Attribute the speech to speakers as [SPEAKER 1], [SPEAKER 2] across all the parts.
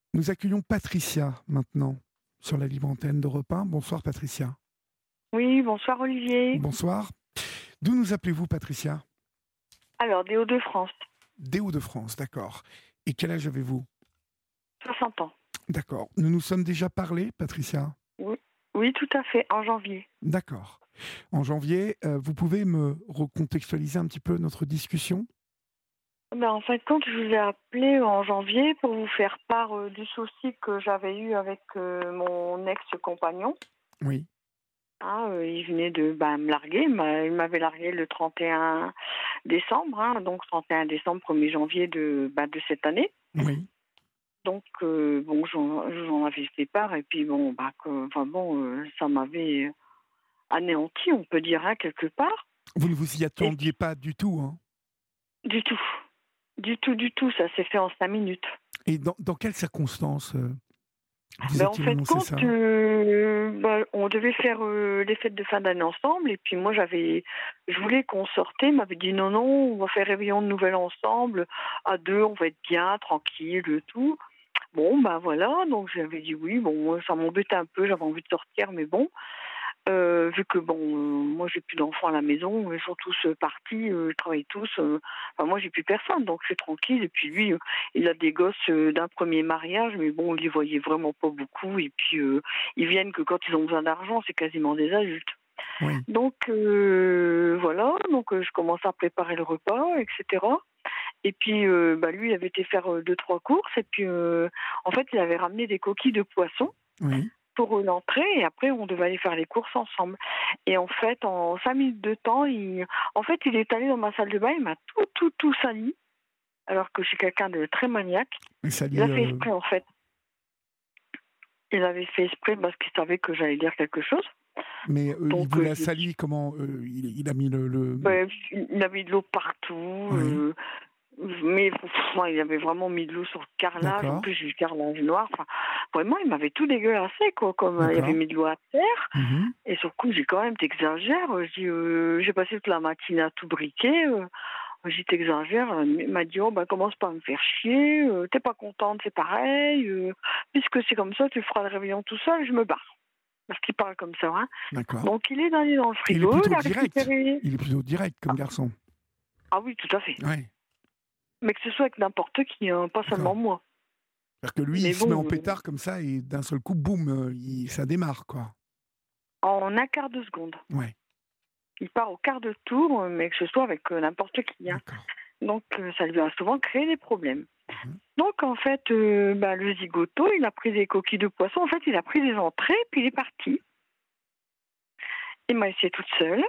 [SPEAKER 1] Nous accueillons Patricia maintenant sur la libre antenne d'Europe 1. Bonsoir Patricia.
[SPEAKER 2] Oui, bonsoir Olivier.
[SPEAKER 1] Bonsoir. D'où nous appelez-vous Patricia?
[SPEAKER 2] Alors, des Hauts-de-France,
[SPEAKER 1] Des Hauts-de-France, d'accord. Et quel âge avez-vous?
[SPEAKER 2] 60 ans.
[SPEAKER 1] D'accord. Nous nous sommes déjà parlé, Patricia?
[SPEAKER 2] Oui, oui, tout à fait, en janvier.
[SPEAKER 1] D'accord. En janvier, vous pouvez me recontextualiser un petit peu notre discussion?
[SPEAKER 2] En fin de compte, je vous ai appelé en janvier pour vous faire part du souci que j'avais eu avec mon ex-compagnon.
[SPEAKER 1] Oui.
[SPEAKER 2] Il venait de me larguer. Il m'avait largué le 31 décembre, donc 31 décembre, 1er janvier de cette année.
[SPEAKER 1] Oui.
[SPEAKER 2] Donc, j'en avais fait part. Et puis, ça m'avait anéanti, on peut dire, quelque part.
[SPEAKER 1] Vous ne vous y
[SPEAKER 2] Et
[SPEAKER 1] attendiez pas du tout, hein?
[SPEAKER 2] du tout. Du tout. Ça s'est fait en 5 minutes.
[SPEAKER 1] Et dans quelles circonstances vous
[SPEAKER 2] En
[SPEAKER 1] a-t-il
[SPEAKER 2] fait,
[SPEAKER 1] annoncé ça?
[SPEAKER 2] on devait faire les fêtes de fin d'année ensemble. Et puis moi, je voulais qu'on sortait. Il m'avait dit non, on va faire réveillon de Noël ensemble. À deux, on va être bien, tranquille, tout. Bon, voilà. Donc j'avais dit oui. Bon, moi, ça m'embêtait un peu. J'avais envie de sortir, mais bon. Vu que moi j'ai plus d'enfants à la maison, ils sont tous partis, ils travaillent tous. Moi j'ai plus personne, donc c'est tranquille. Et puis lui, il a des gosses d'un premier mariage, mais bon, il les voyait vraiment pas beaucoup. Et puis ils viennent que quand ils ont besoin d'argent, c'est quasiment des adultes.
[SPEAKER 1] Oui.
[SPEAKER 2] Donc voilà, donc je commence à préparer le repas, etc. Et puis lui, il avait été faire 2, 3 courses, et puis en fait, il avait ramené des coquilles de poisson
[SPEAKER 1] Oui.
[SPEAKER 2] pour l'entrée, et après on devait aller faire les courses ensemble. Et en fait, en 5 minutes de temps, il est allé dans ma salle de bain, il m'a tout sali, alors que je suis quelqu'un de très maniaque.
[SPEAKER 1] Mais ça
[SPEAKER 2] Il
[SPEAKER 1] lit,
[SPEAKER 2] a fait exprès, en fait. Il avait fait exprès parce qu'il savait que j'allais dire quelque chose.
[SPEAKER 1] mais il
[SPEAKER 2] Donc
[SPEAKER 1] vous l'a
[SPEAKER 2] je me suis...
[SPEAKER 1] sali comment? Il a mis le...
[SPEAKER 2] il a mis de l'eau partout.
[SPEAKER 1] Oui.
[SPEAKER 2] Mais moi, il avait vraiment mis de l'eau sur le carrelage. En
[SPEAKER 1] D'accord.
[SPEAKER 2] plus, j'ai eu le carrelage noir. Enfin, vraiment, il m'avait tout dégueulassé, quoi. Comme il avait
[SPEAKER 1] D'accord.
[SPEAKER 2] mis de l'eau à terre.
[SPEAKER 1] Mhm.
[SPEAKER 2] Et sur le coup, j'ai quand même, t'exagères. Je dis, j'ai passé toute la matinée à tout briquer. J'ai t'exagères. Il m'a dit, commence pas à me faire chier. T'es pas contente, c'est pareil. Puisque c'est comme ça, tu feras le réveillon tout seul, je me barre. Parce qu'il parle comme ça, hein.
[SPEAKER 1] D'accord.
[SPEAKER 2] Donc, il est allé dans le
[SPEAKER 1] Il est
[SPEAKER 2] frigo, il
[SPEAKER 1] plutôt
[SPEAKER 2] a
[SPEAKER 1] direct.
[SPEAKER 2] récupéré.
[SPEAKER 1] Il est plutôt direct comme garçon.
[SPEAKER 2] Ah oui, tout à fait.
[SPEAKER 1] Oui.
[SPEAKER 2] Mais que ce soit avec n'importe qui, hein, pas
[SPEAKER 1] D'accord.
[SPEAKER 2] seulement moi.
[SPEAKER 1] C'est-à-dire que lui, il
[SPEAKER 2] Mais
[SPEAKER 1] se met en
[SPEAKER 2] bon,
[SPEAKER 1] pétard comme ça et d'un seul coup, boum, ça démarre, quoi.
[SPEAKER 2] en un quart de seconde.
[SPEAKER 1] Ouais.
[SPEAKER 2] Il part au quart de tour, mais que ce soit avec n'importe qui, hein.
[SPEAKER 1] D'accord.
[SPEAKER 2] Donc, ça lui a souvent créé des problèmes.
[SPEAKER 1] Mhm.
[SPEAKER 2] Donc, en fait, le zigoto, il a pris des coquilles de poisson. En fait, il a pris des entrées, puis il est parti. Il m'a laissée toute seule.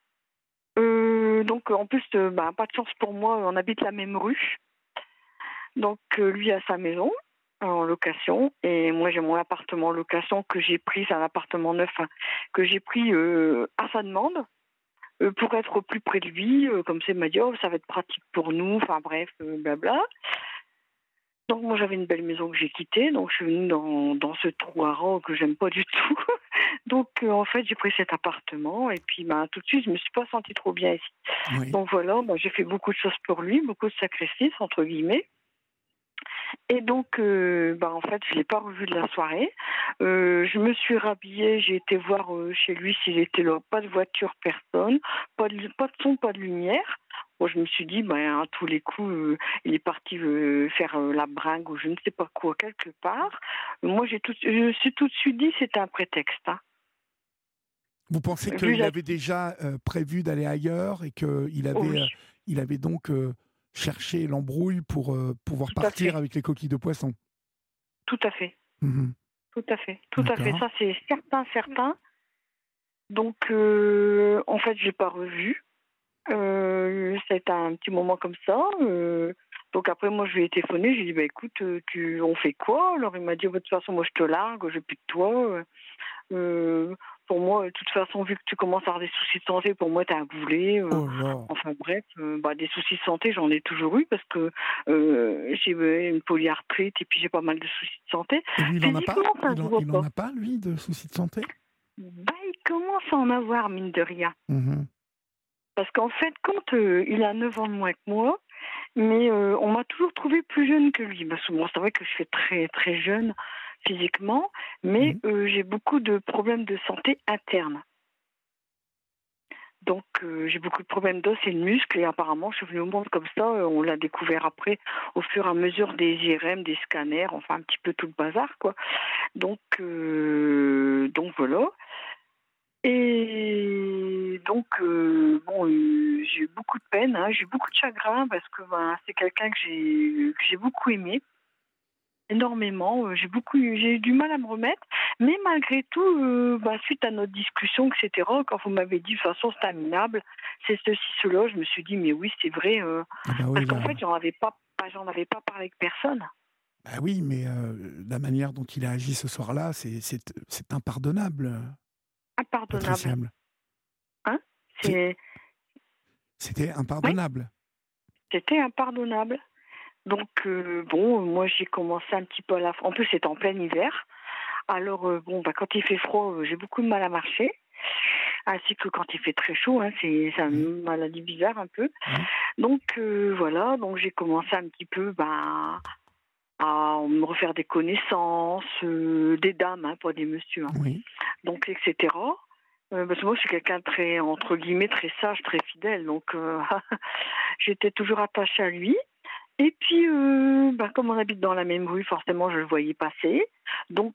[SPEAKER 2] Donc, en plus, pas de chance pour moi, on habite la même rue. Donc, lui a sa maison en location, et moi, j'ai mon appartement en location que j'ai pris, c'est un appartement neuf, hein, que j'ai pris à sa demande. Pour être au plus près de lui, comme ça, il m'a dit, oh, ça va être pratique pour nous, enfin bref, blabla. Donc moi j'avais une belle maison que j'ai quittée, donc je suis venue dans ce trou à rang que j'aime pas du tout. Donc en fait j'ai pris cet appartement, et puis tout de suite je me suis pas sentie trop bien ici.
[SPEAKER 1] Oui.
[SPEAKER 2] Donc voilà, j'ai fait beaucoup de choses pour lui, beaucoup de sacrifices entre guillemets. Et donc en fait je l'ai pas revu de la soirée. Je me suis rhabillée, j'ai été voir chez lui s'il était là, pas de voiture, personne, pas de son, pas de lumière. Bon, je me suis dit, à tous les coups, il est parti faire la bringue ou je ne sais pas quoi, quelque part. Moi, je me suis tout de suite dit, c'était un prétexte, hein.
[SPEAKER 1] Vous pensez
[SPEAKER 2] Vu
[SPEAKER 1] qu'il
[SPEAKER 2] la...
[SPEAKER 1] avait déjà prévu d'aller ailleurs et
[SPEAKER 2] Oh oui,
[SPEAKER 1] il avait donc cherché l'embrouille pour pouvoir
[SPEAKER 2] tout à
[SPEAKER 1] partir
[SPEAKER 2] fait,
[SPEAKER 1] avec les coquilles de poisson?
[SPEAKER 2] tout à fait,
[SPEAKER 1] Mhm.
[SPEAKER 2] tout à fait, tout à fait.
[SPEAKER 1] D'accord.
[SPEAKER 2] Ça, c'est certain, certain. Donc, en fait, je l'ai pas revu. C'est un petit moment comme ça. Donc après, moi, je lui ai téléphoné. J'ai dit, écoute, on fait quoi? Alors il m'a dit, de toute façon, moi, je te largue, j'ai plus de toi. Euh, pour moi, de toute façon, vu que tu commences à avoir des soucis de santé, pour moi, t'es un boulet.
[SPEAKER 1] Oh là.
[SPEAKER 2] Enfin bref, des soucis de santé, j'en ai toujours eu parce que j'ai une polyarthrite, et puis j'ai pas mal de soucis de santé.
[SPEAKER 1] Et lui, il en a pas?
[SPEAKER 2] Physiquement, ça se voit
[SPEAKER 1] Il en
[SPEAKER 2] pas.
[SPEAKER 1] a pas, lui, de soucis de santé?
[SPEAKER 2] Il commence à en avoir, mine de rien.
[SPEAKER 1] Mhm.
[SPEAKER 2] Parce qu'en fait, quand il a 9 ans de moins que moi, Mais on m'a toujours trouvée plus jeune que lui. Parce que bon, c'est vrai que je suis très, très jeune physiquement, mais
[SPEAKER 1] Mhm.
[SPEAKER 2] j'ai beaucoup de problèmes de santé interne. Donc, j'ai beaucoup de problèmes d'os et de muscles et apparemment, je suis venue au monde comme ça. On l'a découvert après, au fur et à mesure des IRM, des scanners, enfin un petit peu tout le bazar, quoi. Donc voilà. Et donc, bon, j'ai eu beaucoup de peine, hein, j'ai eu beaucoup de chagrin parce que ben, c'est quelqu'un que j'ai beaucoup aimé. Énormément, j'ai eu du mal à me remettre, mais malgré tout, bah, suite à notre discussion, et cetera, quand vous m'avez dit: «De toute façon, c'est minable, c'est ceci, cela», je me suis dit: «Mais oui, c'est vrai»,
[SPEAKER 1] Ah bah oui,
[SPEAKER 2] parce qu'en
[SPEAKER 1] là,
[SPEAKER 2] fait, j'en avais pas parlé avec personne.
[SPEAKER 1] bah oui, mais la manière dont il a agi ce soir-là, c'est impardonnable,
[SPEAKER 2] Impardonnable,
[SPEAKER 1] appréciable.
[SPEAKER 2] hein?
[SPEAKER 1] C'est
[SPEAKER 2] C'est
[SPEAKER 1] C'était
[SPEAKER 2] Oui,
[SPEAKER 1] impardonnable.
[SPEAKER 2] c'était impardonnable. Donc bon, moi, j'ai commencé un petit peu à la en plus, c'était en plein hiver. Alors bon, bah, quand il fait froid, j'ai beaucoup de mal à marcher, ainsi que quand il fait très chaud, hein, c'est
[SPEAKER 1] Oui,
[SPEAKER 2] une maladie bizarre un peu.
[SPEAKER 1] oui,
[SPEAKER 2] Donc voilà, donc j'ai commencé un petit peu, ben, à me refaire des connaissances, des dames, hein, pas des messieurs, hein.
[SPEAKER 1] oui.
[SPEAKER 2] Donc et cetera. Parce que moi je suis quelqu'un de très, entre guillemets, très sage, très fidèle, donc j'étais toujours attachée à lui. Et puis, bah, comme on habite dans la même rue, forcément je le voyais passer. Donc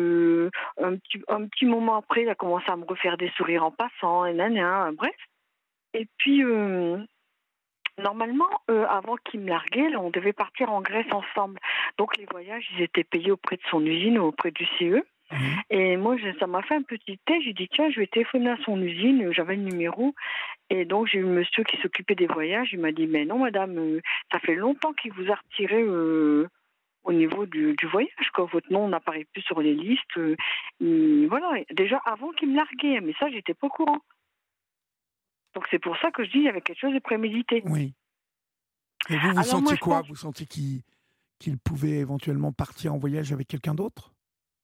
[SPEAKER 2] un petit moment après, il a commencé à me refaire des sourires en passant et bref. Et puis normalement, avant qu'il me larguait, là, on devait partir en Grèce ensemble. Donc les voyages, ils étaient payés auprès de son usine, auprès du CE.
[SPEAKER 1] Oui.
[SPEAKER 2] Et moi, ça m'a fait un petit test. J'ai dit, tiens, je vais téléphoner à son usine. J'avais le numéro. Et donc, j'ai eu le monsieur qui s'occupait des voyages. Il m'a dit, mais non, madame, ça fait longtemps qu'il vous a retiré au niveau du voyage, quoi. Votre nom n'apparaît plus sur les listes. Voilà, déjà avant qu'il me larguait. Mais ça, j'étais pas au courant. Donc, c'est pour ça que je dis, il y avait quelque chose de prémédité.
[SPEAKER 1] Oui. Et vous, vous
[SPEAKER 2] Alors, moi,
[SPEAKER 1] sentiez
[SPEAKER 2] je
[SPEAKER 1] quoi?
[SPEAKER 2] pense.
[SPEAKER 1] Vous sentiez qu'il pouvait éventuellement partir en voyage avec quelqu'un d'autre?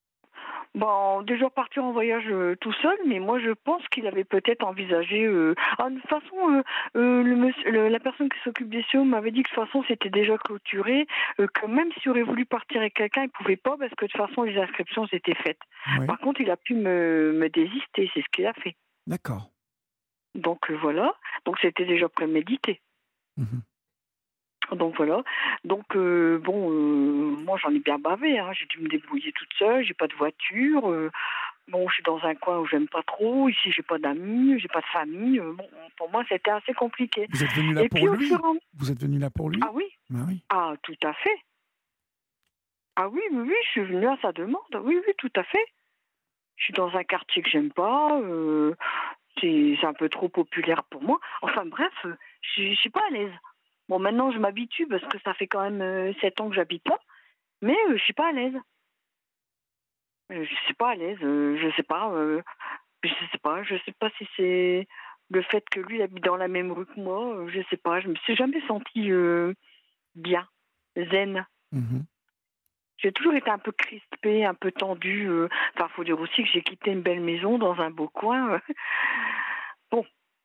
[SPEAKER 2] Bon, déjà partir en voyage tout seul, mais moi je pense qu'il avait peut-être envisagé. De toute façon, la personne qui s'occupe des CO m'avait dit que de toute façon c'était déjà clôturé, que même s'il aurait voulu partir avec quelqu'un, il pouvait pas parce que de toute façon les inscriptions étaient faites.
[SPEAKER 1] Oui.
[SPEAKER 2] Par contre, il a pu me désister, c'est ce qu'il a fait.
[SPEAKER 1] D'accord.
[SPEAKER 2] Donc voilà, donc c'était déjà prémédité.
[SPEAKER 1] Mhm.
[SPEAKER 2] Donc voilà. Donc bon, moi j'en ai bien bavé, hein. J'ai dû me débrouiller toute seule. J'ai pas de voiture. Bon, je suis dans un coin où j'aime pas trop. Ici, j'ai pas d'amis, j'ai pas de famille. Bon, pour moi, c'était assez compliqué.
[SPEAKER 1] Vous êtes venu là
[SPEAKER 2] Et
[SPEAKER 1] pour
[SPEAKER 2] puis au fur
[SPEAKER 1] lui?
[SPEAKER 2] et à mesure,
[SPEAKER 1] Vous êtes venu là pour
[SPEAKER 2] ah
[SPEAKER 1] lui?
[SPEAKER 2] oui,
[SPEAKER 1] Ben oui.
[SPEAKER 2] ah tout à fait. Ah oui, oui, oui, je suis venue à sa demande. Oui, oui, tout à fait. Je suis dans un quartier que j'aime pas. C'est un peu trop populaire pour moi. Enfin bref, je suis pas à l'aise. Bon, maintenant, je m'habitue parce que ça fait quand même 7 ans que j'habite là. Mais je suis pas à l'aise. Je suis pas à l'aise. Je sais pas. Je sais pas. Je sais pas si c'est le fait que lui habite dans la même rue que moi. Je sais pas. Je me suis jamais sentie bien, zen.
[SPEAKER 1] Mhm.
[SPEAKER 2] J'ai toujours été un peu crispée, un peu tendue. Enfin, faut dire aussi que j'ai quitté une belle maison dans un beau coin. Bon,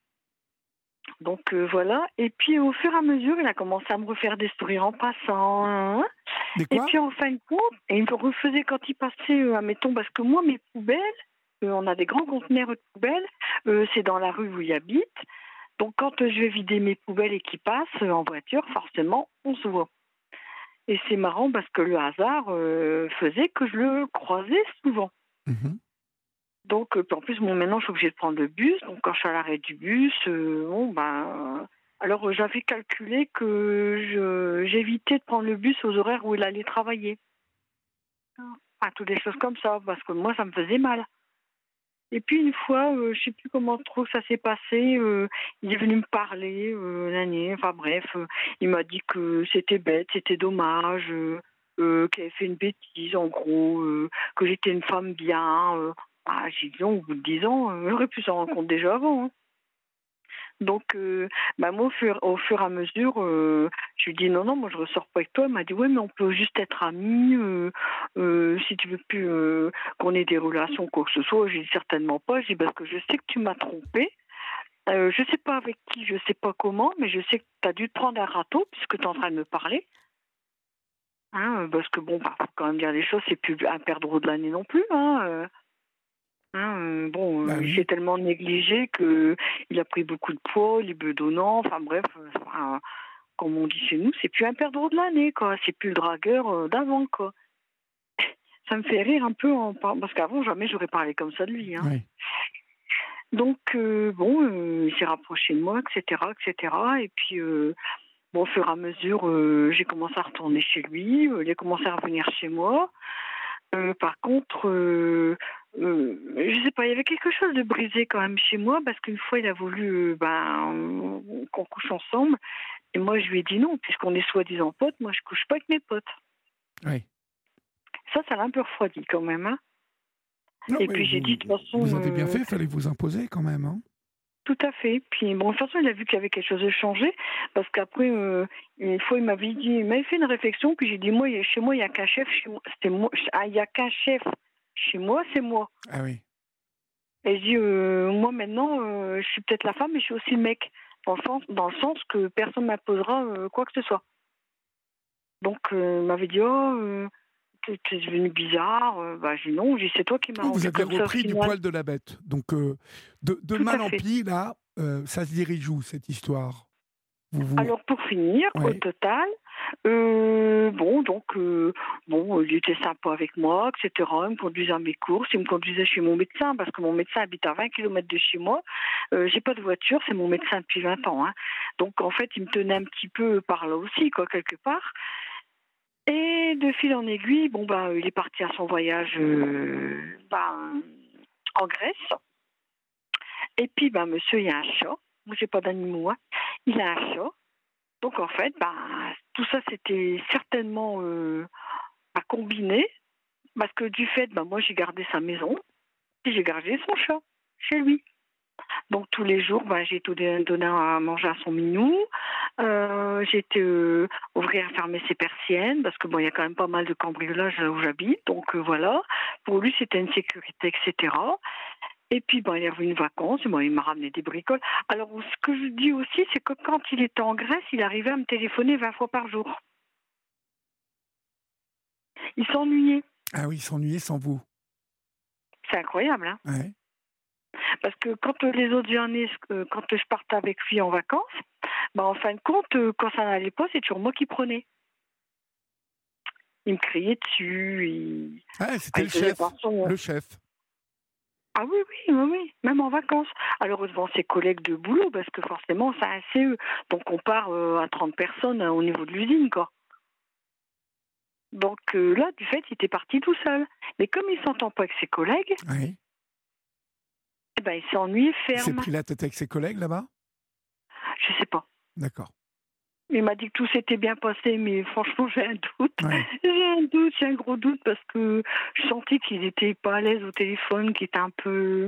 [SPEAKER 2] donc voilà. Et puis au fur et à mesure, il a commencé à me refaire des sourires en passant, hein.
[SPEAKER 1] Des
[SPEAKER 2] Et
[SPEAKER 1] quoi?
[SPEAKER 2] puis en fin de compte, et il me refaisait quand il passait, admettons, parce que moi, mes poubelles, on a des grands conteneurs de poubelles, c'est dans la rue où il habite. Donc quand je vais vider mes poubelles et qu'il passe en voiture, forcément, on se voit. Et c'est marrant parce que le hasard faisait que je le croisais souvent.
[SPEAKER 1] Mhm.
[SPEAKER 2] Donc, en plus, bon, maintenant, je suis obligée de prendre le bus. Donc, quand je suis à l'arrêt du bus, bon, ben. Alors, j'avais calculé que j'évitais de prendre le bus aux horaires où il allait travailler. Enfin, toutes des choses comme ça, parce que moi, ça me faisait mal. Et puis, une fois, je sais plus comment trop ça s'est passé, il est venu me parler, l'année, enfin bref, il m'a dit que c'était bête, c'était dommage, qu'il avait fait une bêtise, en gros, que j'étais une femme bien. J'ai dit, non, au bout de 10 ans, j'aurais pu s'en rendre compte déjà avant, hein. Donc, bah, moi, au fur et à mesure, je lui dis non, non, moi je ressors pas avec toi. Elle m'a dit ouais, mais on peut juste être amis. Si tu veux plus qu'on ait des relations, quoi que ce soit. J'ai dit certainement pas. J'ai dit parce que je sais que tu m'as trompée. Je sais pas avec qui, je sais pas comment, mais je sais que tu as dû te prendre un râteau puisque tu es en train de me parler, hein, parce que bon, bah, faut quand même dire les choses, c'est plus un perdreau de l'année non plus, bon,
[SPEAKER 1] Bah
[SPEAKER 2] il
[SPEAKER 1] oui.
[SPEAKER 2] s'est tellement négligé qu'il a pris beaucoup de poids, il est bedonnant, enfin bref, comme on dit chez nous, c'est plus un perdreau de l'année, quoi. C'est plus le dragueur d'avant, quoi. Ça me fait rire un peu, parce qu'avant, jamais j'aurais parlé comme ça de lui, hein.
[SPEAKER 1] Oui.
[SPEAKER 2] Donc, bon, il s'est rapproché de moi, etc., etc. Et puis, bon, au fur et à mesure, j'ai commencé à retourner chez lui, il a commencé à revenir chez moi. Par contre, je sais pas, il y avait quelque chose de brisé quand même chez moi parce qu'une fois, il a voulu qu'on couche ensemble. Et moi, je lui ai dit non, puisqu'on est soi-disant potes, moi, je couche pas avec mes potes.
[SPEAKER 1] Oui.
[SPEAKER 2] Ça l'a un peu refroidi quand même, hein.
[SPEAKER 1] Non,
[SPEAKER 2] Et
[SPEAKER 1] mais
[SPEAKER 2] puis j'ai dit, de toute façon,
[SPEAKER 1] vous avez bien fait, il fallait vous imposer quand même. Hein.
[SPEAKER 2] tout à fait. Puis bon, de toute façon, il a vu qu'il y avait quelque chose de changé, parce qu'après, une fois, il m'avait fait une réflexion, puis j'ai dit, moi, chez moi, il n'y a qu'un chef, chez moi, c'était moi, il n'y a qu'un chef chez moi, c'est moi.
[SPEAKER 1] Ah oui.
[SPEAKER 2] Et je dis, moi maintenant, je suis peut-être la femme, mais je suis aussi le mec, dans le sens que personne ne m'imposera quoi que ce soit. Donc, il m'avait dit, oh, t'es devenu bizarre. Bah, j'ai dit non, j'ai dit, c'est toi qui m'as
[SPEAKER 1] Oh, vous
[SPEAKER 2] rendu
[SPEAKER 1] aviez
[SPEAKER 2] comme ça au
[SPEAKER 1] repris du
[SPEAKER 2] final.
[SPEAKER 1] poil de la bête. Donc, de
[SPEAKER 2] Tout à
[SPEAKER 1] mal en
[SPEAKER 2] fait.
[SPEAKER 1] pis, là, ça se dirige où, cette histoire vous...
[SPEAKER 2] Alors pour finir, au
[SPEAKER 1] Oui.
[SPEAKER 2] total, bon donc bon, il était sympa avec moi, etc. Il me conduisait à mes courses, il me conduisait chez mon médecin parce que mon médecin habite à 20 kilomètres de chez moi. J'ai pas de voiture, c'est mon médecin depuis 20 ans, hein. Donc en fait, il me tenait un petit peu par là aussi, quoi, quelque part. Et de fil en aiguille, bon bah il est parti à son voyage en Grèce. Et puis bah monsieur, il y a un chat. Moi j'ai pas d'animaux, hein. Il a un chat. Donc en fait, bah, tout ça c'était certainement à combiner parce que du fait, bah, moi j'ai gardé sa maison et j'ai gardé son chat chez lui. Donc tous les jours, bah, j'ai tout donné à manger à son minou. J'ai été ouvrir et fermer ses persiennes parce que bon, il y a quand même pas mal de cambriolages là où j'habite. Donc voilà, pour lui c'était une sécurité, etc. Et puis, ben, il est revenu de vacances, bon, il m'a ramené des bricoles. Alors, ce que je dis aussi, c'est que quand il était en Grèce, il arrivait à me téléphoner 20 fois par jour. Il s'ennuyait.
[SPEAKER 1] Ah oui, s'ennuyer sans vous.
[SPEAKER 2] C'est incroyable, hein.
[SPEAKER 1] Ouais.
[SPEAKER 2] Parce que quand les autres journées, quand je partais avec lui en vacances, ben, en fin de compte, quand ça n'allait pas, c'est toujours moi qui prenais. Il me criait dessus,
[SPEAKER 1] Ah, c'était
[SPEAKER 2] il
[SPEAKER 1] le
[SPEAKER 2] faisait
[SPEAKER 1] chef.
[SPEAKER 2] pas son...
[SPEAKER 1] Le chef.
[SPEAKER 2] Ah oui, oui, oui, oui, même en vacances. Alors devant ses collègues de boulot, parce que forcément, c'est un CE. Donc on part à 30 personnes au niveau de l'usine, quoi. Donc là, du fait, il était parti tout seul. Mais comme il s'entend pas avec ses collègues,
[SPEAKER 1] Oui.
[SPEAKER 2] eh ben, il s'est ennuyé
[SPEAKER 1] Il s'est
[SPEAKER 2] ferme.
[SPEAKER 1] pris la tête avec ses collègues là-bas.
[SPEAKER 2] Je sais pas.
[SPEAKER 1] D'accord.
[SPEAKER 2] Il m'a dit que tout s'était bien passé, mais franchement, j'ai un doute.
[SPEAKER 1] Ouais.
[SPEAKER 2] J'ai un gros doute parce que je sentais qu'il était pas à l'aise au téléphone, qu'il était un peu...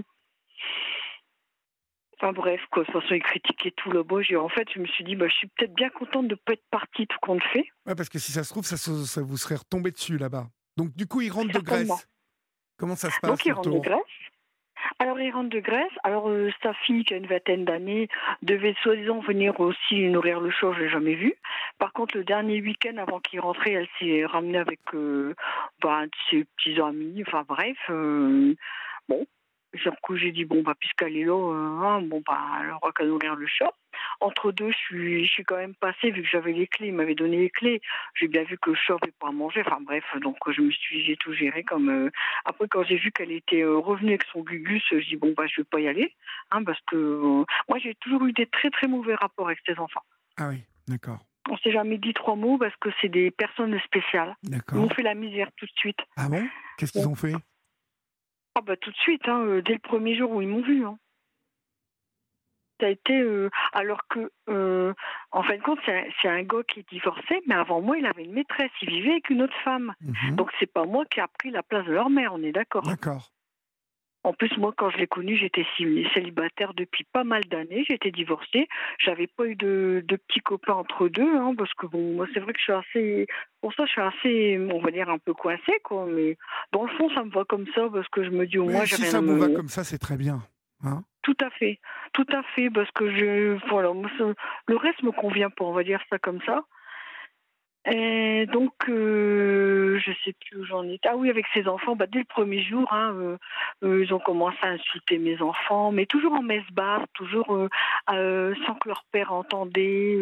[SPEAKER 2] Enfin bref, quoi. De toute façon, il critiquait tout là-bas. En fait, je me suis dit, bah, je suis peut-être bien contente de ne pas être partie tout compte fait.
[SPEAKER 1] Ouais, parce que si ça se trouve, ça vous serait retombé dessus là-bas. Donc, du coup, il rentre de
[SPEAKER 2] Certainement.
[SPEAKER 1] Grèce. Comment ça se
[SPEAKER 2] Donc,
[SPEAKER 1] passe
[SPEAKER 2] il
[SPEAKER 1] le
[SPEAKER 2] rentre de
[SPEAKER 1] retour?
[SPEAKER 2] Grèce. Alors, il rentre de Grèce. Alors, sa fille, qui a une vingtaine d'années, devait soi-disant venir aussi nourrir le chat, je l'ai jamais vu. Par contre, le dernier week-end, avant qu'il rentrait, elle s'est ramenée avec un de ses petits amis. Enfin, bref. Bon. Du coup, j'ai dit, bon, bah, puisqu'elle est là, bon, bah, elle aura qu'à nourrir le chat. Entre deux, je suis quand même passée, vu que j'avais les clés, il m'avait donné les clés. J'ai bien vu que le chat n'avait pas à manger. Enfin, bref, donc j'ai tout géré comme. Après, quand j'ai vu qu'elle était revenue avec son gugus, je dis, bon, bah, je vais pas y aller. Hein, parce que moi, j'ai toujours eu des très, très mauvais rapports avec ces enfants.
[SPEAKER 1] Ah oui, d'accord.
[SPEAKER 2] On s'est jamais dit trois mots parce que c'est des personnes spéciales. Ils m'ont
[SPEAKER 1] D'accord.
[SPEAKER 2] fait la misère tout de suite.
[SPEAKER 1] Ah bon? Qu'est-ce qu'ils
[SPEAKER 2] Bon.
[SPEAKER 1] ont fait?
[SPEAKER 2] Ah, bah, tout de suite, hein, dès le premier jour où ils m'ont vu. Hein. Ça a été alors que en fin de compte c'est un gars qui est divorcé, mais avant moi il avait une maîtresse, il vivait avec une autre femme.
[SPEAKER 1] Mhm.
[SPEAKER 2] Donc c'est pas moi qui a pris la place de leur mère, on est d'accord.
[SPEAKER 1] D'accord.
[SPEAKER 2] En plus moi quand je l'ai connu j'étais célibataire depuis pas mal d'années, j'étais divorcée, j'avais pas eu de petits copains entre deux, hein, parce que bon moi c'est vrai que je suis assez pour ça je suis assez on va dire un peu coincée quoi, mais dans le fond ça me va comme ça parce que je me dis au moins
[SPEAKER 1] Mais
[SPEAKER 2] j'ai
[SPEAKER 1] si
[SPEAKER 2] rien
[SPEAKER 1] ça
[SPEAKER 2] à
[SPEAKER 1] vous va
[SPEAKER 2] me
[SPEAKER 1] comme ça, c'est très bien. Hein?
[SPEAKER 2] tout à fait, parce que voilà, le reste me convient pas, on va dire ça comme ça. Et donc, je sais plus où j'en étais. Ah oui, avec ses enfants, dès le premier jour, hein, ils ont commencé à insulter mes enfants, mais toujours en messe basse, toujours sans que leur père entendait.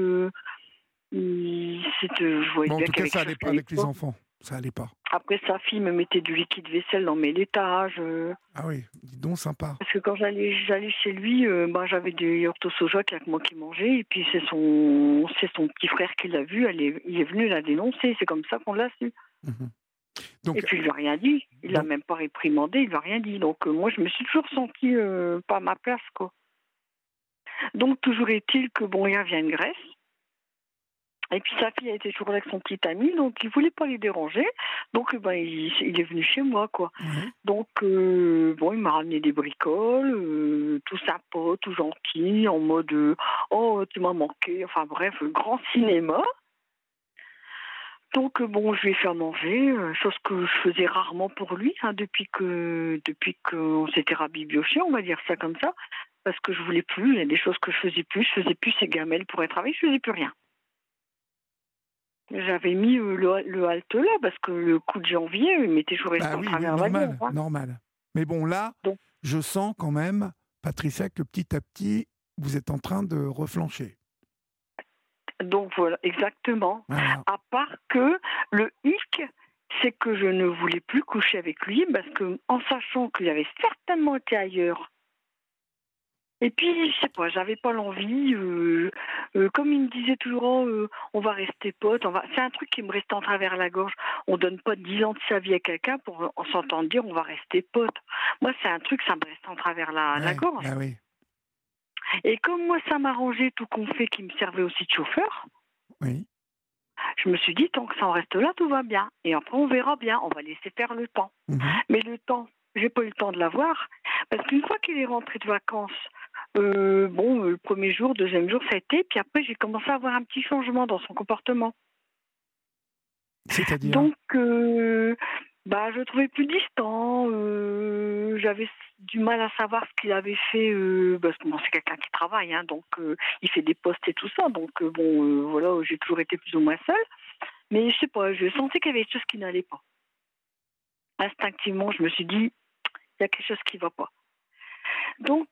[SPEAKER 2] Je voyais
[SPEAKER 1] Bon, en
[SPEAKER 2] bien
[SPEAKER 1] tout cas,
[SPEAKER 2] qu'avec
[SPEAKER 1] ça
[SPEAKER 2] ça,
[SPEAKER 1] allait
[SPEAKER 2] ça
[SPEAKER 1] pas
[SPEAKER 2] allait
[SPEAKER 1] avec les
[SPEAKER 2] pas.
[SPEAKER 1] enfants. Ça allait pas.
[SPEAKER 2] Après, sa fille me mettait du liquide vaisselle dans mes laitages.
[SPEAKER 1] Ah oui, dis donc sympa.
[SPEAKER 2] Parce que quand j'allais chez lui, j'avais des yaourts au soja qu'il y a que moi qui mangeais. Et puis c'est son petit frère qui l'a vu. Il est venu la dénoncer. C'est comme ça qu'on l'a su.
[SPEAKER 1] Mhm.
[SPEAKER 2] Et
[SPEAKER 1] Donc,
[SPEAKER 2] puis il lui a rien dit. Il l'a
[SPEAKER 1] donc,
[SPEAKER 2] même pas réprimandé. Il lui a rien dit. Donc moi je me suis toujours sentie pas à ma place, quoi. Donc toujours est-il que il revient de Grèce. Et puis sa fille a été toujours là avec son petit ami, donc il voulait pas les déranger. Donc il est venu chez moi, quoi.
[SPEAKER 1] ouais.
[SPEAKER 2] Donc il m'a ramené des bricoles, tout sympa, tout gentil, en mode oh tu m'as manqué. Enfin bref, grand cinéma. Donc je lui ai fait à manger, chose que je faisais rarement pour lui, hein, depuis qu'on s'était rabibioché, on va dire ça comme ça, parce que je voulais plus. Il y a des choses que je faisais plus ces gamelles pour être travailler, je faisais plus rien. J'avais mis le halte là, parce que le coup de janvier, il m'était toujours resté
[SPEAKER 1] Ah
[SPEAKER 2] en
[SPEAKER 1] oui,
[SPEAKER 2] travers la
[SPEAKER 1] normal,
[SPEAKER 2] gorge, hein.
[SPEAKER 1] normal. Mais bon, là,
[SPEAKER 2] Donc,
[SPEAKER 1] je sens quand même, Patricia, que petit à petit, vous êtes en train de reflancher.
[SPEAKER 2] donc voilà, exactement.
[SPEAKER 1] Voilà.
[SPEAKER 2] À part que le hic, c'est que je ne voulais plus coucher avec lui, parce que en sachant qu'il avait certainement été ailleurs. Et puis, je sais pas, j'avais pas l'envie. Comme il me disait toujours, oh, on va rester potes. C'est un truc qui me restait en travers la gorge. On donne pas 10 ans de sa vie à quelqu'un pour s'entendre dire on va rester potes. Moi, c'est un truc, ça me reste en travers la
[SPEAKER 1] Ouais,
[SPEAKER 2] gorge.
[SPEAKER 1] bah oui,
[SPEAKER 2] Et comme moi, ça m'arrangeait tout qu'on fait, qui me servait aussi de chauffeur,
[SPEAKER 1] oui.
[SPEAKER 2] je me suis dit, tant que ça en reste là, tout va bien. Et après, on verra bien. On va laisser faire le temps.
[SPEAKER 1] Mhm.
[SPEAKER 2] Mais le temps, j'ai pas eu le temps de l'avoir. Parce qu'une fois qu'il est rentré de vacances, le premier jour, deuxième jour, ça a été. Puis après, j'ai commencé à avoir un petit changement dans son comportement.
[SPEAKER 1] C'est-à-dire?
[SPEAKER 2] Donc, je le trouvais plus distant. J'avais du mal à savoir ce qu'il avait fait. Parce que c'est quelqu'un qui travaille, hein, donc il fait des postes et tout ça. Donc, voilà, j'ai toujours été plus ou moins seule. Mais je sais pas, je sentais qu'il y avait quelque chose qui n'allait pas. Instinctivement, je me suis dit, il y a quelque chose qui va pas. Donc,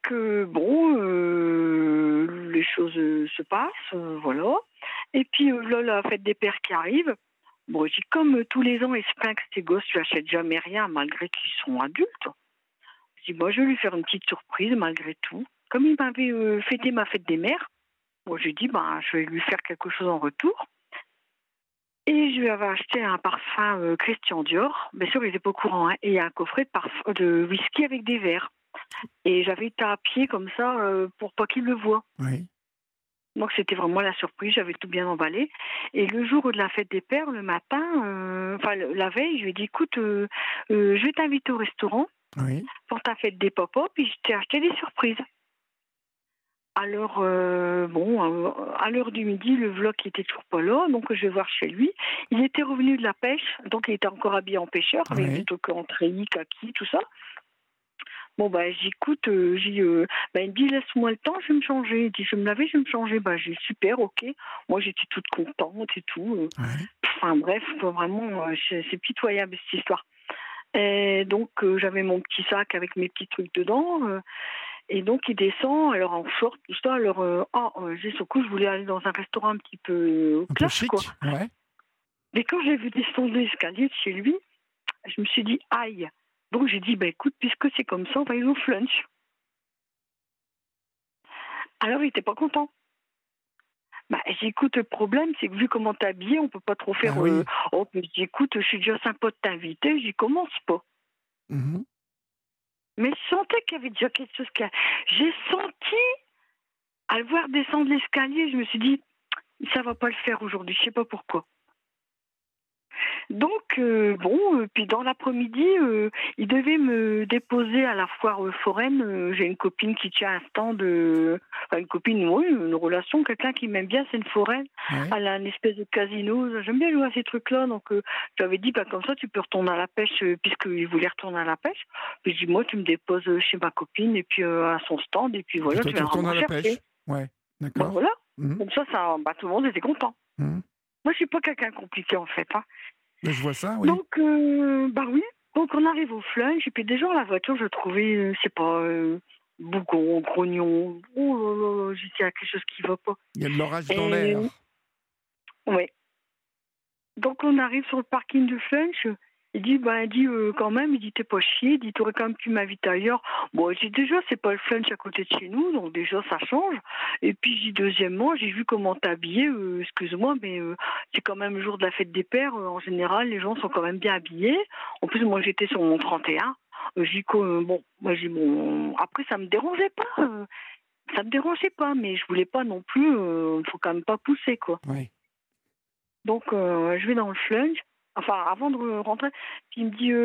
[SPEAKER 2] les choses se passent, voilà. Et puis là, la fête des pères qui arrive. Bon, j'ai comme tous les ans, ils se plaignent que ces gosses ne lui achètent jamais rien, malgré qu'ils sont adultes. Je dis, je vais lui faire une petite surprise, malgré tout. Comme il m'avait fêté ma fête des mères, moi, j'ai dit, je vais lui faire quelque chose en retour. Et je lui avais acheté un parfum Christian Dior. Bien sûr, il n'était pas au courant, hein, et un coffret de whisky avec des verres. Et j'avais été à pied comme ça pour pas qu'il le voie.
[SPEAKER 1] Oui.
[SPEAKER 2] Donc c'était vraiment la surprise, j'avais tout bien emballé. Et le jour de la fête des pères, le matin, la veille, je lui ai dit, écoute, je vais t'inviter au restaurant
[SPEAKER 1] Oui.
[SPEAKER 2] pour ta fête des papas, puis je t'ai acheté des surprises. Alors, à l'heure du midi, le vlog n'était toujours pas là, donc je vais voir chez lui. Il était revenu de la pêche, donc il était encore habillé en pêcheur, avec
[SPEAKER 1] Oui.
[SPEAKER 2] du toque en treillis, kaki, tout ça. J'écoute, il me dit laisse-moi le temps, je vais me changer. Il dit je vais me laver, je vais me changer. J'ai super, ok. Moi j'étais toute contente et tout.
[SPEAKER 1] Ouais.
[SPEAKER 2] Enfin bref, vraiment, c'est pitoyable cette histoire. Et donc j'avais mon petit sac avec mes petits trucs dedans. Et donc il descend, alors en short, tout ça. Alors, j'ai ce coup, je voulais aller dans un restaurant un petit peu
[SPEAKER 1] Un peu
[SPEAKER 2] classe,
[SPEAKER 1] chic,
[SPEAKER 2] quoi.
[SPEAKER 1] ouais.
[SPEAKER 2] Mais quand j'ai vu descendre l'escalier de chez lui, je me suis dit aïe. Donc j'ai dit, écoute, puisque c'est comme ça, on va aller au flunch. Alors il était pas content. J'ai dit, écoute, le problème, c'est que vu comment t'es habillé, on peut pas trop faire.
[SPEAKER 1] Ah oui.
[SPEAKER 2] J'ai dit, écoute, je suis déjà sympa de t'inviter, j'y commence pas.
[SPEAKER 1] Mhm.
[SPEAKER 2] Mais je sentais qu'il y avait déjà quelque chose qui. J'ai senti, à le voir descendre l'escalier, je me suis dit, ça va pas le faire aujourd'hui, je sais pas pourquoi. Donc, puis dans l'après-midi, il devait me déposer à la foire foraine. J'ai une copine qui tient un stand, enfin une copine, oui, une relation, quelqu'un qui m'aime bien, c'est une foraine.
[SPEAKER 1] Ouais.
[SPEAKER 2] Elle a une espèce de casino. J'aime bien jouer à ces trucs-là. Donc, j'avais dit, bah, comme ça, tu peux retourner à la pêche, puisqu'il voulait retourner à la pêche. Puis je dis, moi, tu me déposes chez ma copine, et puis à son stand, et puis
[SPEAKER 1] Et puis
[SPEAKER 2] voilà,
[SPEAKER 1] toi,
[SPEAKER 2] tu
[SPEAKER 1] tu
[SPEAKER 2] viendras
[SPEAKER 1] retournes
[SPEAKER 2] me
[SPEAKER 1] à la
[SPEAKER 2] rechercher.
[SPEAKER 1] pêche. Ouais,
[SPEAKER 2] Bah
[SPEAKER 1] d'accord.
[SPEAKER 2] voilà.
[SPEAKER 1] Mhm.
[SPEAKER 2] Comme ça, tout le monde était content.
[SPEAKER 1] Mhm.
[SPEAKER 2] Moi, je suis pas quelqu'un de compliqué, en fait. Hein.
[SPEAKER 1] Ben, je vois ça, oui.
[SPEAKER 2] Donc, bah oui. Donc, on arrive au flunch, et puis déjà, la voiture, je trouvais, c'est pas, bougon, grognon. Oh là là, j'ai dit, il y a quelque chose qui va pas.
[SPEAKER 1] Il y a de l'orage dans
[SPEAKER 2] Et,
[SPEAKER 1] l'air.
[SPEAKER 2] ouais. Donc, on arrive sur le parking du flunch. Quand même, il dit, t'es pas chier, il dit, t'aurais quand même pu m'inviter ailleurs. Bon, j'ai dit, déjà, c'est pas le flunch à côté de chez nous, donc déjà, ça change. Et puis, j'ai deuxièmement, j'ai vu comment t'es habillé, excuse-moi, mais c'est quand même le jour de la fête des pères. En général, les gens sont quand même bien habillés. En plus, moi, j'étais sur mon 31. Après, ça me dérangeait pas. Ça me dérangeait pas, mais je voulais pas non plus, faut quand même pas pousser, quoi.
[SPEAKER 1] Oui.
[SPEAKER 2] Donc, je vais dans le flunch, enfin, avant de rentrer, puis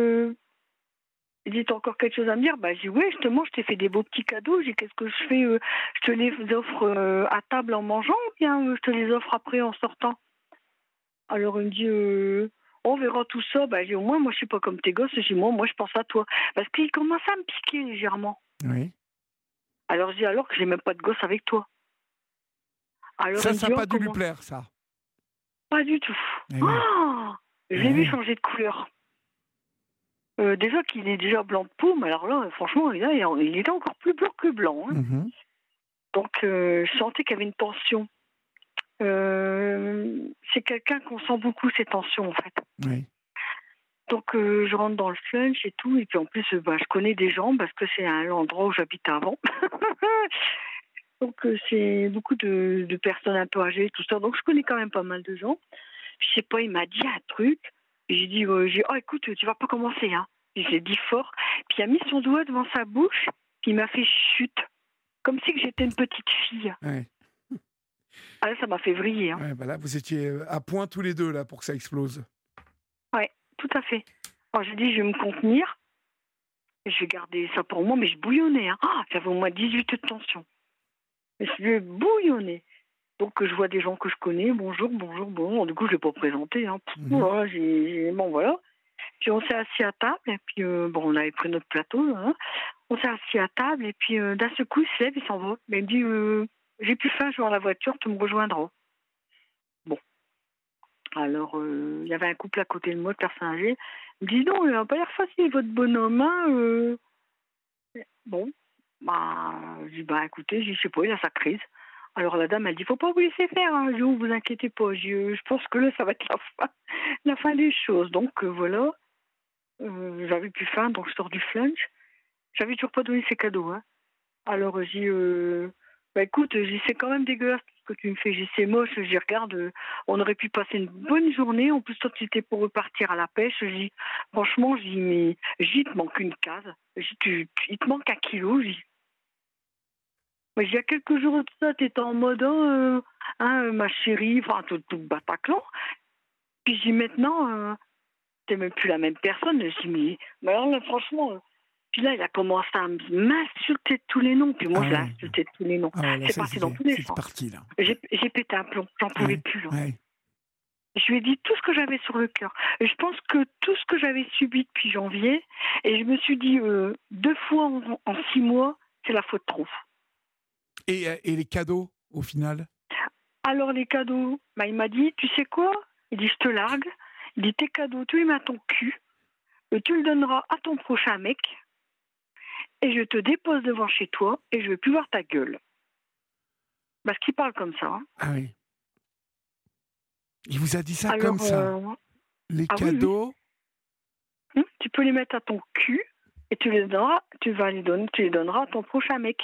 [SPEAKER 2] il dit, t'as encore quelque chose à me dire? Bah, je dis, ouais, justement, je t'ai fait des beaux petits cadeaux. J'ai qu'est-ce que je fais? Je te les offre à table en mangeant, ou bien je te les offre après en sortant? Alors, il me dit, on verra tout ça. Bah, j'ai au moins, moi, je suis pas comme tes gosses. J'ai moi, je pense à toi. Parce qu'il commence à me piquer légèrement.
[SPEAKER 1] Oui.
[SPEAKER 2] Alors, je dis, alors que j'ai même pas de gosse avec toi. Alors,
[SPEAKER 1] Ça
[SPEAKER 2] il me
[SPEAKER 1] n'a
[SPEAKER 2] dit,
[SPEAKER 1] pas
[SPEAKER 2] oh,
[SPEAKER 1] dû lui
[SPEAKER 2] comment?
[SPEAKER 1] plaire, ça.
[SPEAKER 2] Pas du tout.
[SPEAKER 1] Eh oui.
[SPEAKER 2] Oh, je
[SPEAKER 1] Eh
[SPEAKER 2] l'ai vu
[SPEAKER 1] oui.
[SPEAKER 2] changer de couleur. Déjà qu'il est déjà blanc de peau, mais alors là, franchement, il était encore plus blanc que blanc. Hein.
[SPEAKER 1] Mhm.
[SPEAKER 2] Donc, je sentais qu'il y avait une tension. C'est quelqu'un qu'on sent beaucoup ces tensions, en fait.
[SPEAKER 1] Oui.
[SPEAKER 2] Donc, je rentre dans le flunch et tout. Et puis, en plus, je connais des gens parce que c'est l'endroit où j'habitais avant. Donc, c'est beaucoup de personnes un peu âgées, tout ça. Donc, je connais quand même pas mal de gens. Je sais pas, il m'a dit un truc. J'ai dit, oh, écoute, tu vas pas commencer, hein. J'ai dit fort. Puis il a mis son doigt devant sa bouche, puis il m'a fait chute. Comme si que j'étais une petite fille.
[SPEAKER 1] Ouais.
[SPEAKER 2] Ah là, ça m'a fait vriller. Hein.
[SPEAKER 1] Ouais, bah là, vous étiez à point tous les deux là, pour que ça explose.
[SPEAKER 2] Ouais, tout à fait. Alors j'ai dit, je vais me contenir. Je vais garder ça pour moi, mais je bouillonnais. Hein. Ah, j'avais au moins 18 de tension. Je bouillonnais. Donc je vois des gens que je connais. Bonjour, bonjour, bon. Du coup, je ne l'ai pas présenté. Hein. Voilà, bon, voilà. Puis on s'est assis à table, et puis on avait pris notre plateau. Hein. On s'est assis à table, et puis d'un seul coup, il se lève, il s'en va. Mais il me dit, j'ai plus faim, je vais dans la voiture, tu me rejoindras. Bon. Alors, il y avait un couple à côté de moi, de personnes âgées. Il me dit, non, il n'a pas l'air facile, votre bonhomme. Hein, Bon. Bah, je dis, bah écoutez, je sais pas, il a sa crise. Alors la dame, elle dit, faut pas vous laisser faire, hein. Je dis, vous inquiétez pas, je pense que là, ça va être la fin des choses. Donc voilà. J'avais plus faim, donc je sors du flunch. J'avais toujours pas donné ses cadeaux. Hein. Alors j'ai dit, bah écoute, c'est quand même dégueulasse ce que tu me fais. C'est moche. J'y regarde. On aurait pu passer une bonne journée. En plus, toi, tu étais pour repartir à la pêche. Franchement, mais il te manque une case. Il te manque 1 kilo. Il y a quelques jours de ça, t'étais en mode, ma chérie, enfin tout Bataclan. Puis j'ai maintenant. T'es même plus la même personne. Je dis, mais alors là, franchement, puis là, il a commencé à m'insulter de tous les noms. Puis moi, je l'ai insulté de tous les noms.
[SPEAKER 1] Ah ouais, là,
[SPEAKER 2] c'est parti dans tous les sens.
[SPEAKER 1] parti, là.
[SPEAKER 2] J'ai pété un plomb. J'en pouvais plus. Là.
[SPEAKER 1] Ouais.
[SPEAKER 2] Je lui ai dit tout ce que j'avais sur le cœur. Et je pense que tout ce que j'avais subi depuis janvier, et je me suis dit, 2 fois en 6 mois, c'est la faute trop.
[SPEAKER 1] Et les cadeaux, au final?
[SPEAKER 2] Alors, les cadeaux, il m'a dit, tu sais quoi? Il dit, je te largue. Il dit, tes cadeaux, tu les mets à ton cul, tu le donneras à ton prochain mec, et je te dépose devant chez toi, et je ne vais plus voir ta gueule. Parce qu'il parle comme ça. Hein.
[SPEAKER 1] Ah oui. Il vous a dit ça comme ça? Les cadeaux?
[SPEAKER 2] Oui. Tu peux les mettre à ton cul, et tu les donneras à ton prochain mec.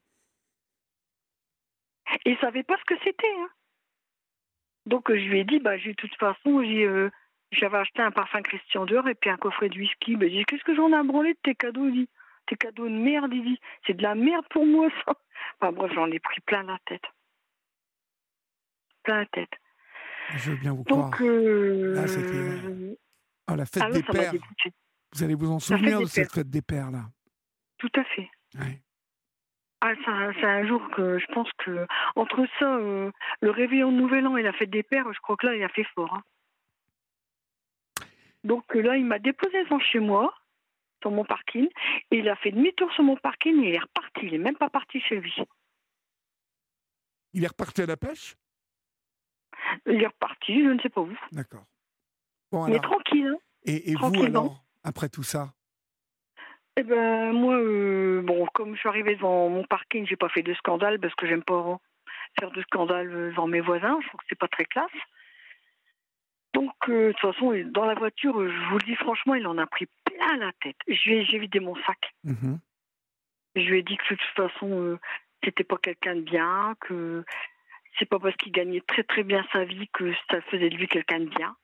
[SPEAKER 2] Et il ne savait pas ce que c'était. Hein. Donc je lui ai dit, de toute façon, j'avais acheté un parfum Christian Dior et puis un coffret de whisky. J'ai dit, qu'est-ce que j'en ai à branler de tes cadeaux? Il dit, tes cadeaux de merde, il dit, c'est de la merde pour moi, ça. Enfin bref, j'en ai pris plein la tête. Plein la tête.
[SPEAKER 1] Je veux bien vous
[SPEAKER 2] Donc,
[SPEAKER 1] croire. Là, c'était la fête
[SPEAKER 2] là,
[SPEAKER 1] des
[SPEAKER 2] ça m'a
[SPEAKER 1] pères.
[SPEAKER 2] dégoûté.
[SPEAKER 1] Vous allez vous en
[SPEAKER 2] La fête
[SPEAKER 1] souvenir
[SPEAKER 2] des
[SPEAKER 1] de cette
[SPEAKER 2] pères,
[SPEAKER 1] fête des pères, là.
[SPEAKER 2] tout à fait.
[SPEAKER 1] Ouais.
[SPEAKER 2] Ah, c'est un jour que je pense que entre ça, le réveillon de Nouvel An et la fête des pères, je crois que là, il a fait fort. Hein. Donc là, il m'a déposé devant chez moi, sur mon parking, et il a fait demi-tour sur mon parking et il est reparti. Il est même pas parti chez lui.
[SPEAKER 1] Il est reparti à la pêche?
[SPEAKER 2] Il est reparti, je ne sais pas où.
[SPEAKER 1] D'accord. Bon,
[SPEAKER 2] Mais
[SPEAKER 1] alors,
[SPEAKER 2] tranquille, hein,
[SPEAKER 1] et vous,
[SPEAKER 2] tranquillement.
[SPEAKER 1] alors, après tout ça?
[SPEAKER 2] Eh ben moi, bon, comme je suis arrivée devant mon parking, j'ai pas fait de scandale parce que j'aime pas faire de scandale devant mes voisins. Je trouve que c'est pas très classe. Donc, de toute façon, dans la voiture, je vous le dis franchement, il en a pris plein la tête. J'ai vidé mon sac.
[SPEAKER 1] Mhm.
[SPEAKER 2] Je lui ai dit que de toute façon, c'était pas quelqu'un de bien, que c'est pas parce qu'il gagnait très très bien sa vie que ça faisait de lui quelqu'un de bien.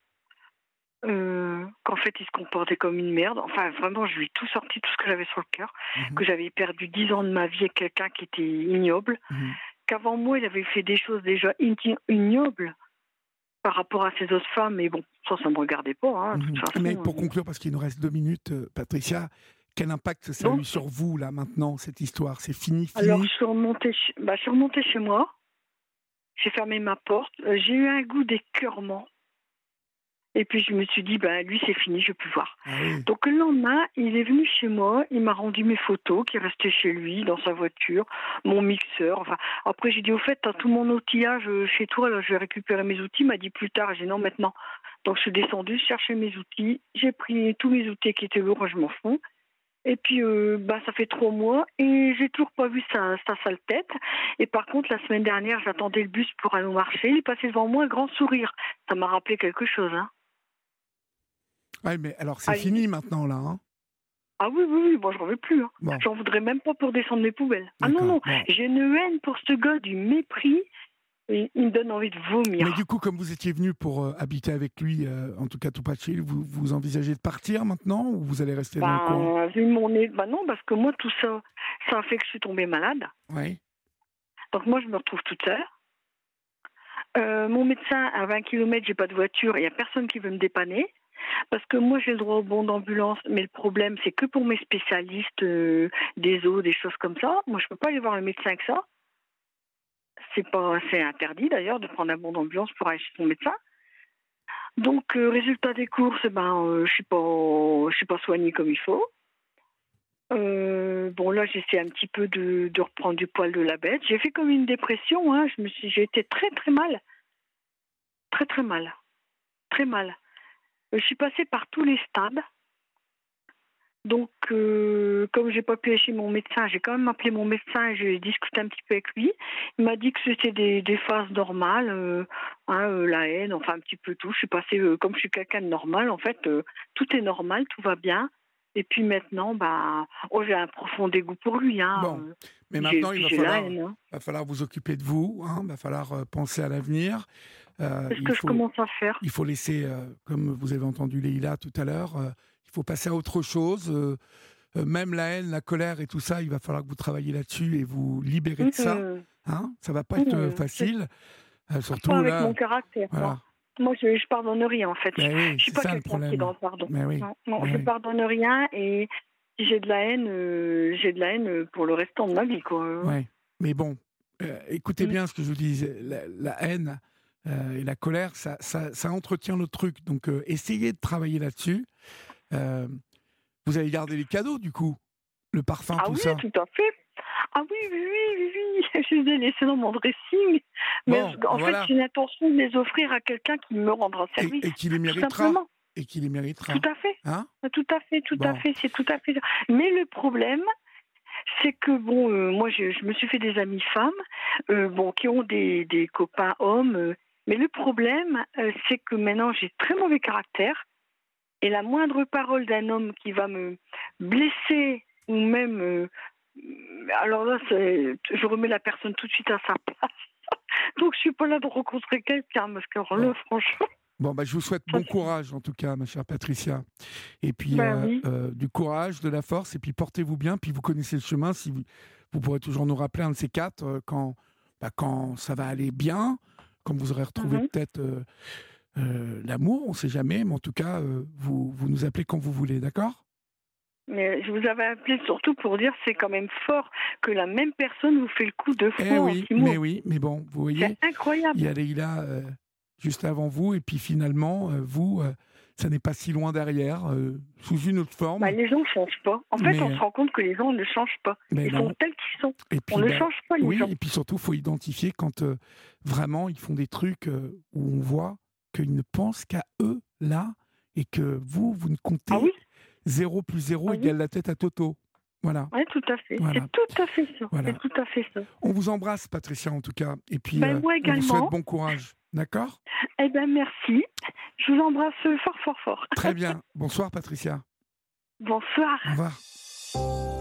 [SPEAKER 2] Qu'en fait, il se comportait comme une merde. Enfin, vraiment, je lui ai tout sorti, tout ce que j'avais sur le cœur.
[SPEAKER 1] Mhm.
[SPEAKER 2] Que j'avais perdu 10 ans de ma vie avec quelqu'un qui était ignoble.
[SPEAKER 1] Mhm.
[SPEAKER 2] Qu'avant moi, il avait fait des choses déjà ignobles par rapport à ces autres femmes, mais bon, ça me regardait pas. Hein, de toute façon,
[SPEAKER 1] Mais pour conclure, parce qu'il nous reste 2 minutes, Patricia, quel impact ça a eu sur vous, là, maintenant, cette histoire? C'est fini?
[SPEAKER 2] Alors, je suis remontée chez moi, j'ai fermé ma porte, j'ai eu un goût d'écœurement. Et puis, je me suis dit, lui, c'est fini, je ne peux plus voir.
[SPEAKER 1] Ah oui.
[SPEAKER 2] Donc, le lendemain, il est venu chez moi, il m'a rendu mes photos qui restaient chez lui, dans sa voiture, mon mixeur. Enfin, après, j'ai dit, au fait, t'as tout mon outillage chez toi, là, je vais récupérer mes outils. Il m'a dit plus tard, j'ai dit non, maintenant. Donc, je suis descendue, chercher mes outils, j'ai pris tous mes outils qui étaient lourds, je m'en fous. Et puis, ça fait 3 mois et j'ai toujours pas vu sa sale tête. Et par contre, la semaine dernière, j'attendais le bus pour aller au marché. Il est passé devant moi, un grand sourire. Ça m'a rappelé quelque chose, hein.
[SPEAKER 1] Ouais, mais alors c'est fini maintenant, là. Hein.
[SPEAKER 2] Ah oui, moi j'en veux plus. Hein.
[SPEAKER 1] Bon.
[SPEAKER 2] J'en voudrais même pas pour descendre mes poubelles. Ah non,
[SPEAKER 1] Bon.
[SPEAKER 2] j'ai une haine pour ce gars, du mépris, et il me donne envie de vomir.
[SPEAKER 1] Mais du coup, comme vous étiez venu pour habiter avec lui, en tout cas tout près de chez lui, vous envisagez de partir maintenant ou vous allez rester dans le coin?
[SPEAKER 2] Vu mon nez, non, parce que moi tout ça, ça a fait que je suis tombée malade.
[SPEAKER 1] Oui.
[SPEAKER 2] Donc moi je me retrouve toute seule. Mon médecin, à 20 km, j'ai pas de voiture, il n'y a personne qui veut me dépanner. Parce que moi, j'ai le droit au bon d'ambulance, mais le problème, c'est que pour mes spécialistes des os, des choses comme ça, moi, je peux pas aller voir le médecin avec ça. C'est interdit, d'ailleurs, de prendre un bon d'ambulance pour aller chez son médecin. Donc, résultat des courses, je suis pas soignée comme il faut. Là, j'essaie un petit peu de reprendre du poil de la bête. J'ai fait comme une dépression, hein. J'ai été très, très mal. Très, très mal. Très mal. Je suis passée par tous les stades. Donc, comme j'ai pas pu aller chez mon médecin, j'ai quand même appelé mon médecin et j'ai discuté un petit peu avec lui. Il m'a dit que c'était des phases normales, la haine, enfin un petit peu tout. Je suis passée, comme je suis quelqu'un de normal, en fait, tout est normal, tout va bien. Et puis maintenant, j'ai un profond dégoût pour lui. Hein.
[SPEAKER 1] Bon, mais maintenant, il
[SPEAKER 2] hein.
[SPEAKER 1] va falloir vous occuper de vous, hein, va falloir penser à l'avenir.
[SPEAKER 2] Qu'est-ce que je commence à faire?
[SPEAKER 1] Il faut laisser, comme vous avez entendu Leïla tout à l'heure, il faut passer à autre chose. Même la haine, la colère et tout ça, il va falloir que vous travailliez là-dessus et vous libérer de ça. Hein, ça va pas être facile. Surtout
[SPEAKER 2] avec
[SPEAKER 1] là,
[SPEAKER 2] mon caractère.
[SPEAKER 1] voilà.
[SPEAKER 2] Moi, je pardonne rien, en fait.
[SPEAKER 1] Oui,
[SPEAKER 2] je suis pas quelqu'un qui est dans le pardon. Je pardonne rien et si j'ai de la haine, pour le restant de ma vie, quoi.
[SPEAKER 1] Ouais. Mais bon, écoutez bien ce que je vous dis. La haine et la colère, ça entretient le truc. Donc, essayez de travailler là-dessus. Vous allez garder les cadeaux, du coup, le parfum, tout ça.
[SPEAKER 2] Ah oui, tout à fait. Ah oui. Je les ai laissés dans mon dressing. Mais en fait, j'ai l'intention de les offrir à quelqu'un qui me rendra service.
[SPEAKER 1] Et qui les méritera. Et qui les méritera.
[SPEAKER 2] Tout à fait.
[SPEAKER 1] Hein,
[SPEAKER 2] tout à fait. C'est tout à fait. Mais le problème, c'est que moi, je me suis fait des amies femmes, qui ont des copains hommes. Mais le problème, c'est que maintenant, j'ai très mauvais caractère. Et la moindre parole d'un homme qui va me blesser ou même... alors là, je remets la personne tout de suite à sa place. Donc, je suis pas là de rencontrer quelqu'un, parce que là, franchement...
[SPEAKER 1] Bon, je vous souhaite bon courage, en tout cas, ma chère Patricia. Et puis,
[SPEAKER 2] oui.
[SPEAKER 1] du courage, de la force, et puis portez-vous bien, puis vous connaissez le chemin. Vous pourrez toujours nous rappeler un de ces quatre quand ça va aller bien, quand vous aurez retrouvé peut-être l'amour, on ne sait jamais, mais en tout cas, vous nous appelez quand vous voulez, d'accord ?
[SPEAKER 2] Mais je vous avais appelé surtout pour dire c'est quand même fort que la même personne vous fait le coup 2 fois en 6 mois.
[SPEAKER 1] Mais bon, vous voyez,
[SPEAKER 2] c'est incroyable.
[SPEAKER 1] Il y a Leïla juste avant vous, et puis finalement, vous, ça n'est pas si loin derrière, sous une autre forme.
[SPEAKER 2] Les gens ne changent pas. En fait, on se rend compte que les gens ne changent pas. Ils sont tels qu'ils sont.
[SPEAKER 1] Et puis,
[SPEAKER 2] on ne change pas les gens.
[SPEAKER 1] Et puis surtout, il faut identifier quand vraiment ils font des trucs où on voit qu'ils ne pensent qu'à eux, là, et que vous ne comptez 0 plus 0 égale la tête à Toto. Voilà.
[SPEAKER 2] Oui, tout à fait. Voilà. C'est tout à fait ça.
[SPEAKER 1] Voilà.
[SPEAKER 2] C'est tout à fait ça.
[SPEAKER 1] On vous embrasse, Patricia, en tout cas. Et puis,
[SPEAKER 2] moi également.
[SPEAKER 1] on vous souhaite bon courage. D'accord ?
[SPEAKER 2] Merci. Je vous embrasse fort, fort, fort.
[SPEAKER 1] Très bien. Bonsoir, Patricia.
[SPEAKER 2] Bonsoir.
[SPEAKER 1] Au revoir.